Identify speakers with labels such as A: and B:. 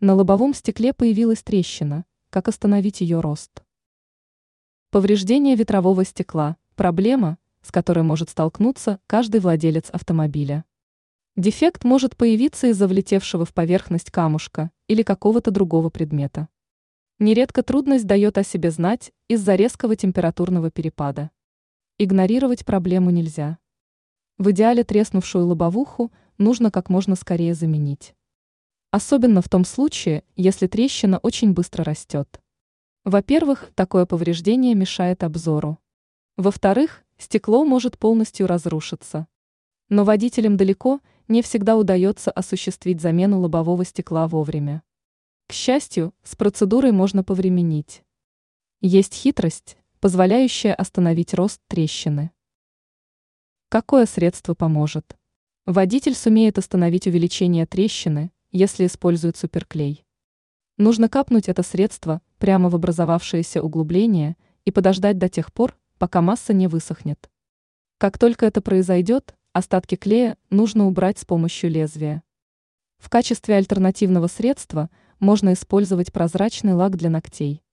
A: На лобовом стекле появилась трещина. Как остановить ее рост? Повреждение ветрового стекла – проблема, с которой может столкнуться каждый владелец автомобиля. Дефект может появиться из-за влетевшего в поверхность камушка или какого-то другого предмета. Нередко трудность дает о себе знать из-за резкого температурного перепада. Игнорировать проблему нельзя. В идеале треснувшую лобовуху нужно как можно скорее заменить. Особенно в том случае, если трещина очень быстро растет. Во-первых, такое повреждение мешает обзору. Во-вторых, стекло может полностью разрушиться. Но водителям далеко не всегда удается осуществить замену лобового стекла вовремя. К счастью, с процедурой можно повременить. Есть хитрость, позволяющая остановить рост трещины. Какое средство поможет? Водитель сумеет остановить увеличение трещины, если использует суперклей. Нужно капнуть это средство прямо в образовавшееся углубление и подождать до тех пор, пока масса не высохнет. Как только это произойдет, остатки клея нужно убрать с помощью лезвия. В качестве альтернативного средства можно использовать прозрачный лак для ногтей.